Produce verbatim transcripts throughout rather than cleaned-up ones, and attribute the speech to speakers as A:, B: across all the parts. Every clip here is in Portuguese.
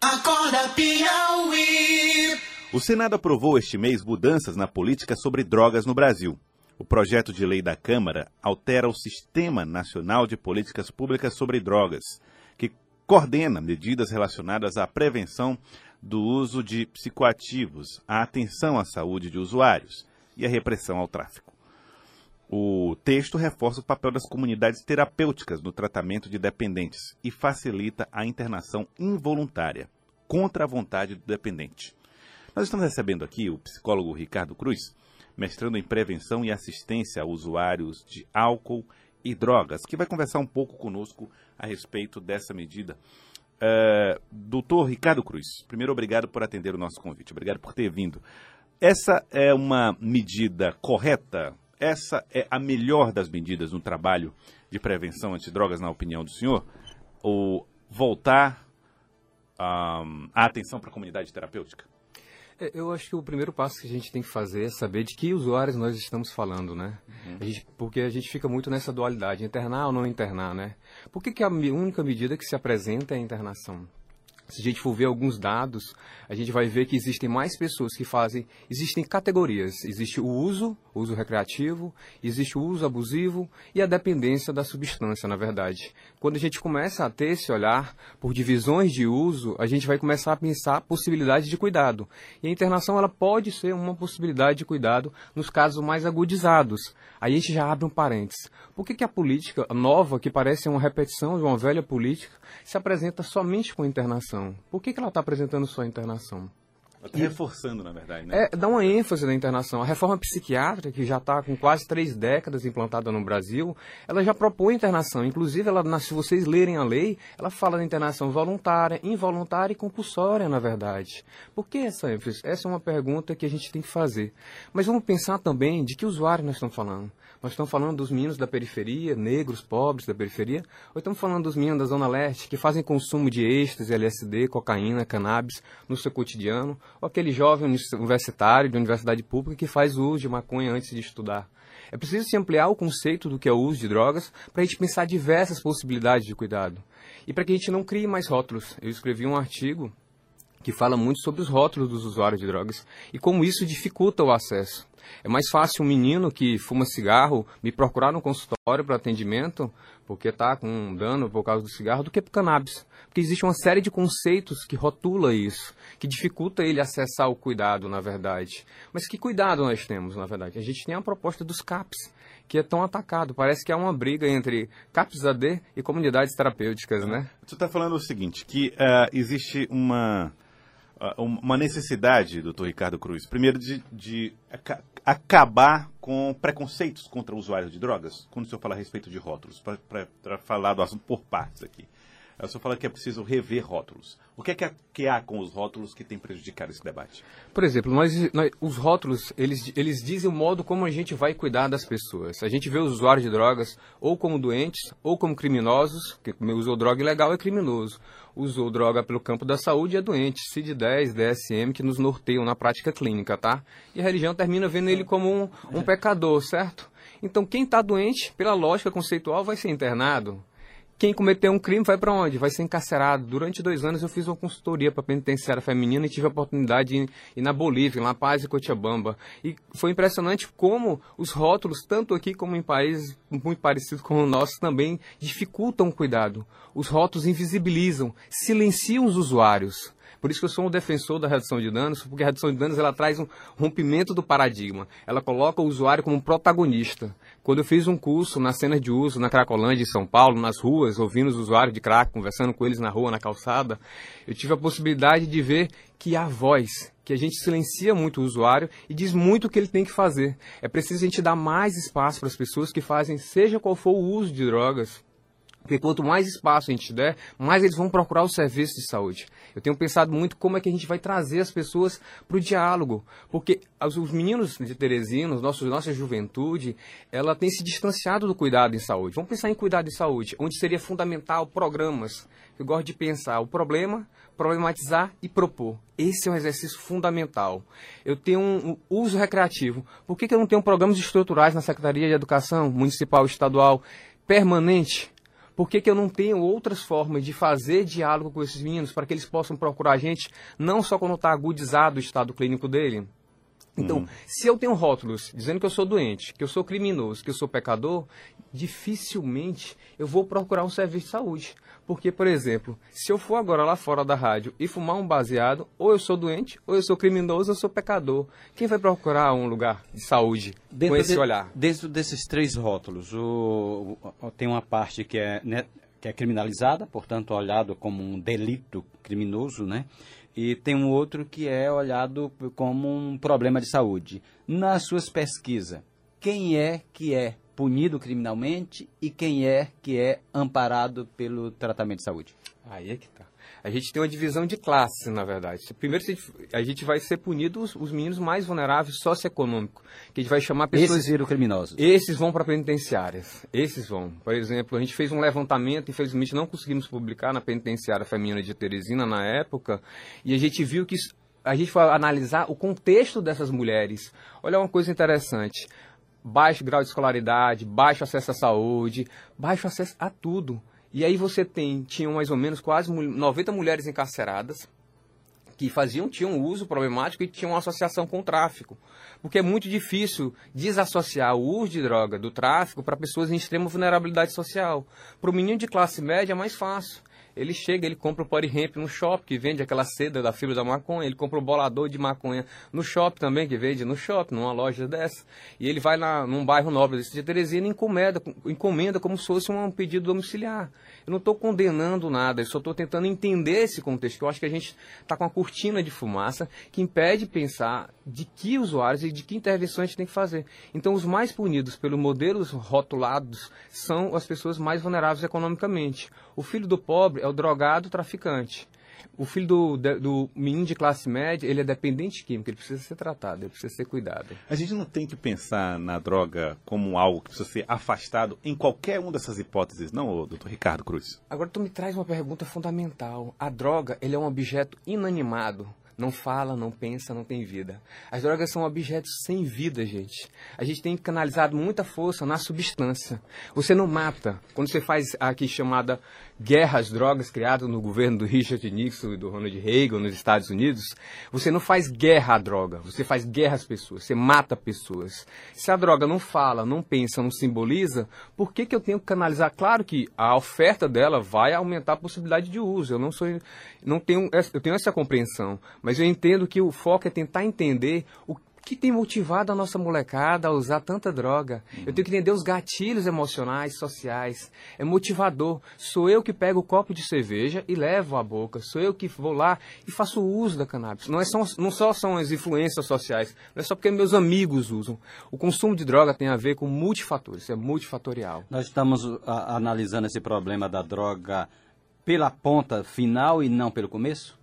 A: Acorda Piauí.
B: O Senado aprovou este mês mudanças na política sobre drogas no Brasil. O projeto de lei da Câmara altera o Sistema Nacional de Políticas Públicas sobre Drogas, que coordena medidas relacionadas à prevenção do uso de psicoativos, à atenção à saúde de usuários e à repressão ao tráfico. O texto reforça o papel das comunidades terapêuticas no tratamento de dependentes e facilita a internação involuntária, contra a vontade do dependente. Nós estamos recebendo aqui o psicólogo Ricardo Cruz, mestrando em prevenção e assistência a usuários de álcool e drogas, que vai conversar um pouco conosco a respeito dessa medida. Uh, doutor Ricardo Cruz, primeiro, obrigado por atender o nosso convite, obrigado por ter vindo. Essa é uma medida correta? Essa é a melhor das medidas no trabalho de prevenção antidrogas, na opinião do senhor? Ou voltar um, a atenção para a comunidade terapêutica?
C: Eu acho que o primeiro passo que a gente tem que fazer é saber de que usuários nós estamos falando, né? Uhum. A gente, porque a gente fica muito nessa dualidade, internar ou não internar, né? Por que que a única medida que se apresenta é a internação? Se a gente for ver alguns dados, a gente vai ver que existem mais pessoas que fazem, existem categorias, existe o uso, o uso recreativo, existe o uso abusivo e a dependência da substância, na verdade. Quando a gente começa a ter esse olhar por divisões de uso, a gente vai começar a pensar possibilidades de cuidado. E a internação, ela pode ser uma possibilidade de cuidado nos casos mais agudizados. Aí a gente já abre um parênteses. Por que que a política nova, que parece uma repetição de uma velha política, se apresenta somente com internação? Por que que ela está apresentando só a internação?
B: Ela está reforçando, na verdade, né?
C: É, dá uma ênfase na internação. A reforma psiquiátrica, que já está com quase três décadas implantada no Brasil, ela já propõe internação. Inclusive, ela, se vocês lerem a lei, ela fala da internação voluntária, involuntária e compulsória, na verdade. Por que essa ênfase? Essa é uma pergunta que a gente tem que fazer. Mas vamos pensar também de que usuário nós estamos falando. Nós estamos falando dos meninos da periferia, negros, pobres da periferia, ou estamos falando dos meninos da Zona Leste que fazem consumo de êxtase, L S D, cocaína, cannabis no seu cotidiano, ou aquele jovem universitário de universidade pública que faz uso de maconha antes de estudar. É preciso se ampliar o conceito do que é o uso de drogas para a gente pensar diversas possibilidades de cuidado. E para que a gente não crie mais rótulos. Eu escrevi um artigo que fala muito sobre os rótulos dos usuários de drogas e como isso dificulta o acesso. É mais fácil um menino que fuma cigarro me procurar no consultório para atendimento, porque está com um dano por causa do cigarro, do que para cannabis. Porque existe uma série de conceitos que rotula isso, que dificulta ele acessar o cuidado, na verdade. Mas que cuidado nós temos, na verdade? A gente tem a proposta dos CAPs, que é tão atacado. Parece que há uma briga entre CAPs A D e comunidades terapêuticas, né?
B: Você está falando o seguinte, que uh, existe uma... uma necessidade, doutor Ricardo Cruz, primeiro de, de aca acabar com preconceitos contra usuários de drogas, quando o senhor fala a respeito de rótulos, para falar do assunto por partes aqui. O senhor fala que é preciso rever rótulos. O que é que, que há com os rótulos que tem prejudicado esse debate?
C: Por exemplo, nós, nós, os rótulos, eles, eles dizem o modo como a gente vai cuidar das pessoas. A gente vê os usuários de drogas ou como doentes ou como criminosos, que usou droga ilegal é criminoso. Usou droga pelo campo da saúde é doente, C I D dez, D S M, que nos norteiam na prática clínica, tá? E a religião termina vendo ele como um, um pecador, certo? Então, quem está doente, pela lógica conceitual, vai ser internado. Quem cometeu um crime vai para onde? Vai ser encarcerado. Durante dois anos eu fiz uma consultoria para a penitenciária feminina e tive a oportunidade de ir na Bolívia, em La Paz e Cochabamba. E foi impressionante como os rótulos, tanto aqui como em países muito parecidos com o nosso, também dificultam o cuidado. Os rótulos invisibilizam, silenciam os usuários. Por isso que eu sou um defensor da redução de danos, porque a redução de danos ela traz um rompimento do paradigma. Ela coloca o usuário como um protagonista. Quando eu fiz um curso na cena de uso, na Cracolândia, em São Paulo, nas ruas, ouvindo os usuários de crack, conversando com eles na rua, na calçada, eu tive a possibilidade de ver que há voz, que a gente silencia muito o usuário e diz muito o que ele tem que fazer. É preciso a gente dar mais espaço para as pessoas que fazem, seja qual for o uso de drogas. Porque quanto mais espaço a gente der, mais eles vão procurar o serviço de saúde. Eu tenho pensado muito como é que a gente vai trazer as pessoas para o diálogo. Porque os meninos de Teresina, nossa, nossa juventude, ela tem se distanciado do cuidado em saúde. Vamos pensar em cuidado em saúde, onde seria fundamental programas. Eu gosto de pensar o problema, problematizar e propor. Esse é um exercício fundamental. Eu tenho um, um uso recreativo. Por que que eu não tenho programas estruturais na Secretaria de Educação Municipal e Estadual permanente? Por que que eu não tenho outras formas de fazer diálogo com esses meninos para que eles possam procurar a gente, não só quando está agudizado o estado clínico dele? Então, hum. se eu tenho rótulos dizendo que eu sou doente, que eu sou criminoso, que eu sou pecador, dificilmente eu vou procurar um serviço de saúde. Porque, por exemplo, se eu for agora lá fora da rádio e fumar um baseado, ou eu sou doente, ou eu sou criminoso, ou eu sou pecador. Quem vai procurar um lugar de saúde dentro com esse
D: de,
C: olhar?
D: Dentro desses três rótulos, o, o, tem uma parte que é, né, que é criminalizada, portanto, olhado como um delito criminoso, né? E tem um outro que é olhado como um problema de saúde. Nas suas pesquisas, quem é que é punido criminalmente e quem é que é amparado pelo tratamento de saúde?
C: Aí é que tá. A gente tem uma divisão de classes, na verdade. Primeiro, a gente vai ser punido os, os meninos mais vulneráveis socioeconômicos, que a gente vai chamar pessoas...
D: Esses viram criminosos.
C: Esses vão para penitenciárias. Esses vão. Por exemplo, a gente fez um levantamento, infelizmente não conseguimos publicar na penitenciária feminina de Teresina na época, e a gente viu que a gente foi analisar o contexto dessas mulheres. Olha uma coisa interessante. Baixo grau de escolaridade, baixo acesso à saúde, baixo acesso a tudo. E aí você tem, tinham mais ou menos quase noventa mulheres encarceradas que faziam, tinham um uso problemático e tinham uma associação com o tráfico. Porque é muito difícil desassociar o uso de droga do tráfico para pessoas em extrema vulnerabilidade social. Para o menino de classe média é mais fácil. Ele chega, ele compra o Body Hemp no shopping, que vende aquela seda da fibra da maconha. Ele compra o bolador de maconha no shopping também, que vende no shopping, numa loja dessa. E ele vai na, num bairro nobre desse de Teresina e encomenda, encomenda como se fosse um pedido domiciliar. Eu não estou condenando nada, eu só estou tentando entender esse contexto, que eu acho que a gente está com uma cortina de fumaça que impede pensar de que usuários e de que intervenções a gente tem que fazer. Então, os mais punidos pelos modelos rotulados são as pessoas mais vulneráveis economicamente. O filho do pobre é o drogado traficante. O filho do, do menino de classe média, ele é dependente químico, ele precisa ser tratado, ele precisa ser cuidado.
B: A gente não tem que pensar na droga como algo que precisa ser afastado em qualquer uma dessas hipóteses, não, doutor Ricardo Cruz?
C: Agora tu me traz uma pergunta fundamental. A droga, ele é um objeto inanimado. Não fala, não pensa, não tem vida. As drogas são objetos sem vida, gente. A gente tem canalizado muita força na substância. Você não mata. Quando você faz a aqui chamada guerra às drogas, criada no governo do Richard Nixon e do Ronald Reagan nos Estados Unidos, você não faz guerra à droga, você faz guerra às pessoas, você mata pessoas. Se a droga não fala, não pensa, não simboliza, por que que eu tenho que canalizar? Claro que a oferta dela vai aumentar a possibilidade de uso. Eu não sou, não tenho, eu tenho essa compreensão. Mas eu entendo que o foco é tentar entender o que tem motivado a nossa molecada a usar tanta droga. Uhum. Eu tenho que entender os gatilhos emocionais, sociais. É motivador. Sou eu que pego o copo de cerveja e levo à boca. Sou eu que vou lá e faço o uso da cannabis. Não, é só, não só são as influências sociais. Não é só porque meus amigos usam. O consumo de droga tem a ver com multifatores. É multifatorial.
D: Nós estamos a, analisando esse problema da droga pela ponta final e não pelo começo?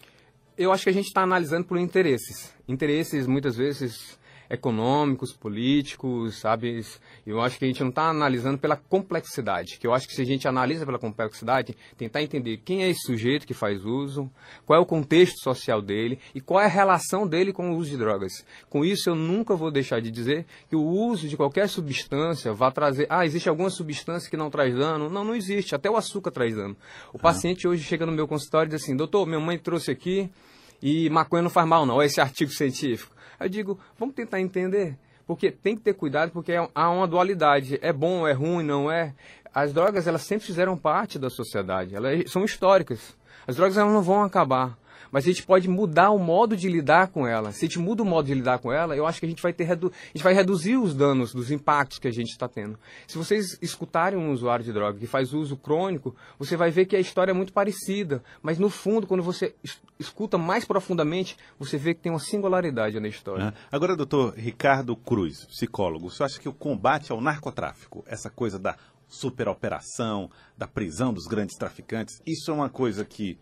C: Eu acho que a gente está analisando por interesses. Interesses, muitas vezes, econômicos, políticos, sabe? Eu acho que a gente não está analisando pela complexidade. Que eu acho que se a gente analisa pela complexidade, tentar entender quem é esse sujeito que faz uso, qual é o contexto social dele e qual é a relação dele com o uso de drogas. Com isso, eu nunca vou deixar de dizer que o uso de qualquer substância vai trazer... Ah, existe alguma substância que não traz dano? Não, não existe. Até o açúcar traz dano. O paciente hoje chega no meu consultório e diz assim, doutor, minha mãe trouxe aqui e maconha não faz mal não, esse artigo científico. Eu digo, vamos tentar entender, porque tem que ter cuidado, porque há uma dualidade, é bom, é ruim, não é. As drogas, elas sempre fizeram parte da sociedade, elas são históricas. As drogas, elas não vão acabar, mas a gente pode mudar o modo de lidar com ela. Se a gente muda o modo de lidar com ela, eu acho que a gente vai, ter redu... a gente vai reduzir os danos, dos impactos que a gente está tendo. Se vocês escutarem um usuário de droga que faz uso crônico, você vai ver que a história é muito parecida, mas no fundo, quando você escuta mais profundamente, você vê que tem uma singularidade na história.
B: Ah, agora, doutor Ricardo Cruz, psicólogo, você acha que o combate ao narcotráfico, essa coisa da superoperação, da prisão dos grandes traficantes, isso é uma coisa que...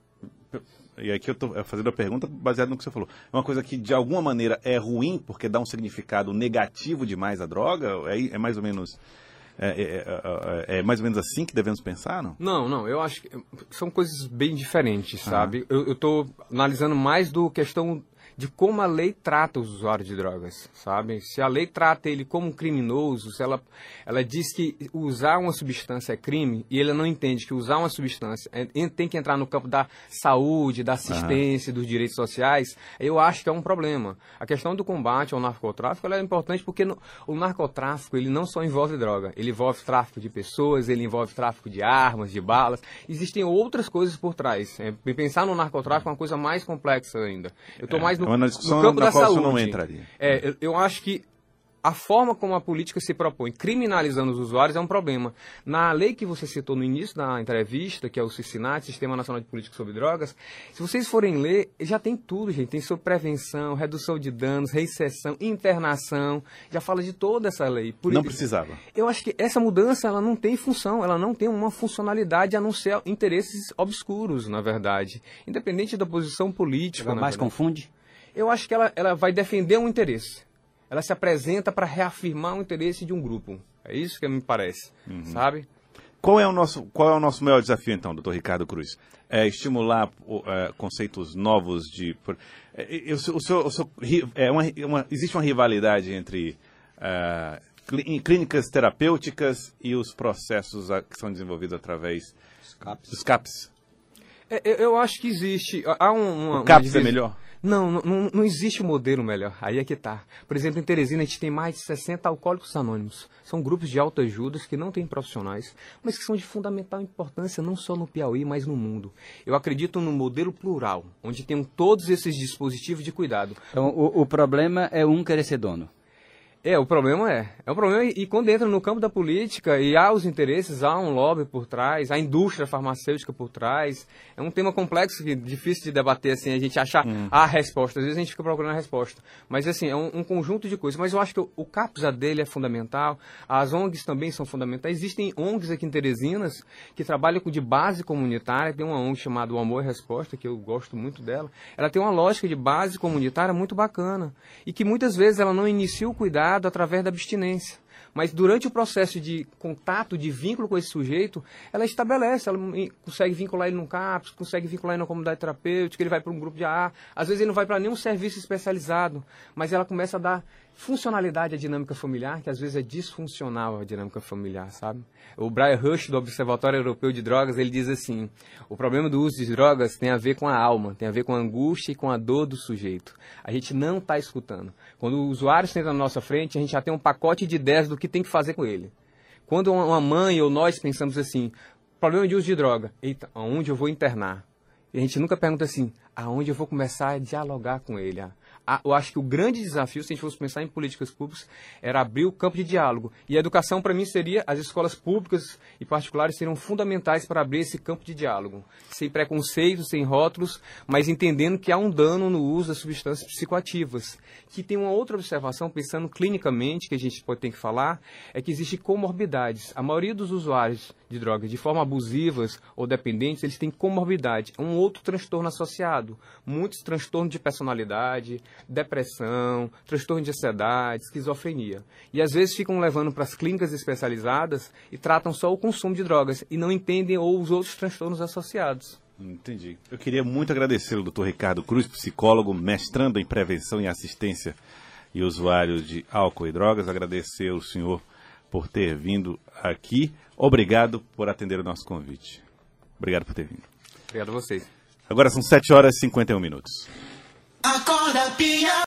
B: E aqui eu estou fazendo a pergunta baseada no que você falou. É uma coisa que, de alguma maneira, é ruim porque dá um significado negativo demais à droga? É, é mais ou menos... É, é, é, é mais ou menos assim que devemos pensar, não?
C: Não, não. Eu acho que são coisas bem diferentes, sabe? Ah. Eu estou analisando mais do questão de como a lei trata os usuários de drogas, sabe? Se a lei trata ele como um criminoso, se ela, ela diz que usar uma substância é crime, e ele não entende que usar uma substância é, tem que entrar no campo da saúde, da assistência, uhum. dos direitos sociais, eu acho que é um problema. A questão do combate ao narcotráfico ela é importante porque no, o narcotráfico ele não só envolve droga, ele envolve tráfico de pessoas, ele envolve tráfico de armas, de balas, existem outras coisas por trás. É, pensar no narcotráfico é uma coisa mais complexa ainda. Eu estou é, mais no,
B: é
C: no campo da saúde.
B: Não entraria.
C: É, eu, eu acho que a forma como a política se propõe, criminalizando os usuários, é um problema. Na lei que você citou no início da entrevista, que é o SISNAT, Sistema Nacional de Política sobre Drogas, se vocês forem ler, já tem tudo, gente. Tem sobre prevenção, redução de danos, reinserção, internação, já fala de toda essa lei. Por
B: não
C: isso,
B: precisava.
C: Eu acho que essa mudança ela não tem função, ela não tem uma funcionalidade a não ser interesses obscuros, na verdade. Independente da posição política.
D: Ela mais
C: verdade.
D: confunde?
C: Eu acho que ela, ela vai defender um interesse. Ela se apresenta para reafirmar o interesse de um grupo. É isso que me parece, uhum. sabe?
B: Qual é o nosso, qual é o nosso maior desafio, então, doutor Ricardo Cruz? É estimular é, conceitos novos de... É, o senhor, o senhor, o senhor, é uma, uma, existe uma rivalidade entre é, clínicas terapêuticas e os processos que são desenvolvidos através dos CAPs?
C: É, eu acho que existe. Há um, uma,
B: o CAPS
C: uma
B: é melhor?
C: Não, não, não existe um modelo melhor. Aí é que tá. Por exemplo, em Teresina a gente tem mais de sessenta alcoólicos anônimos. São grupos de autoajuda que não têm profissionais, mas que são de fundamental importância não só no Piauí, mas no mundo. Eu acredito num modelo plural, onde tem todos esses dispositivos de cuidado.
D: Então, o, o problema é um querer ser dono.
C: É, o problema é. É um problema e quando entra no campo da política e há os interesses, há um lobby por trás, há indústria farmacêutica por trás. É um tema complexo que é difícil de debater, assim, a gente achar hum. a resposta. Às vezes a gente fica procurando a resposta. Mas, assim, é um, um conjunto de coisas. Mas eu acho que o, o CAPS dele é fundamental, as O N Gs também são fundamentais. Existem O N Gs aqui em Teresinas que trabalham de base comunitária. Tem uma O N G chamada O Amor e Resposta, que eu gosto muito dela. Ela tem uma lógica de base comunitária muito bacana. E que muitas vezes ela não inicia o cuidado através da abstinência. Mas durante o processo de contato, de vínculo com esse sujeito, ela estabelece, ela consegue vincular ele num CAPS, consegue vincular ele numa comunidade terapêutica, ele vai para um grupo de A A, às vezes ele não vai para nenhum serviço especializado, mas ela começa a dar funcionalidade à dinâmica familiar, que às vezes é disfuncional a dinâmica familiar, sabe? O Brian Rush, do Observatório Europeu de Drogas, ele diz assim, o problema do uso de drogas tem a ver com a alma, tem a ver com a angústia e com a dor do sujeito. A gente não está escutando. Quando o usuário senta na nossa frente, a gente já tem um pacote de ideias do que tem que fazer com ele. Quando uma mãe ou nós pensamos assim, problema de uso de droga, eita, aonde eu vou internar? E a gente nunca pergunta assim, aonde eu vou começar a dialogar com ele? Eu acho que o grande desafio, se a gente fosse pensar em políticas públicas, era abrir o campo de diálogo. E a educação, para mim, seria, as escolas públicas e particulares seriam fundamentais para abrir esse campo de diálogo. Sem preconceitos, sem rótulos, mas entendendo que há um dano no uso das substâncias psicoativas. Que tem uma outra observação, pensando clinicamente, que a gente pode ter que falar, é que existem comorbidades. A maioria dos usuários de drogas, de forma abusivas ou dependentes, eles têm comorbidade. É um outro transtorno associado. Muitos transtornos de personalidade, depressão, transtorno de ansiedade, esquizofrenia. E às vezes ficam levando para as clínicas especializadas e tratam só o consumo de drogas e não entendem ou os outros transtornos associados.
B: Entendi. Eu queria muito agradecer ao doutor Ricardo Cruz, psicólogo, mestrando em prevenção e assistência e usuário de álcool e drogas. Agradecer ao senhor por ter vindo aqui. Obrigado por atender o nosso convite. Obrigado por ter vindo.
C: Obrigado a vocês.
B: Agora são sete horas e cinquenta e um minutos.
A: Acorda, Piauí.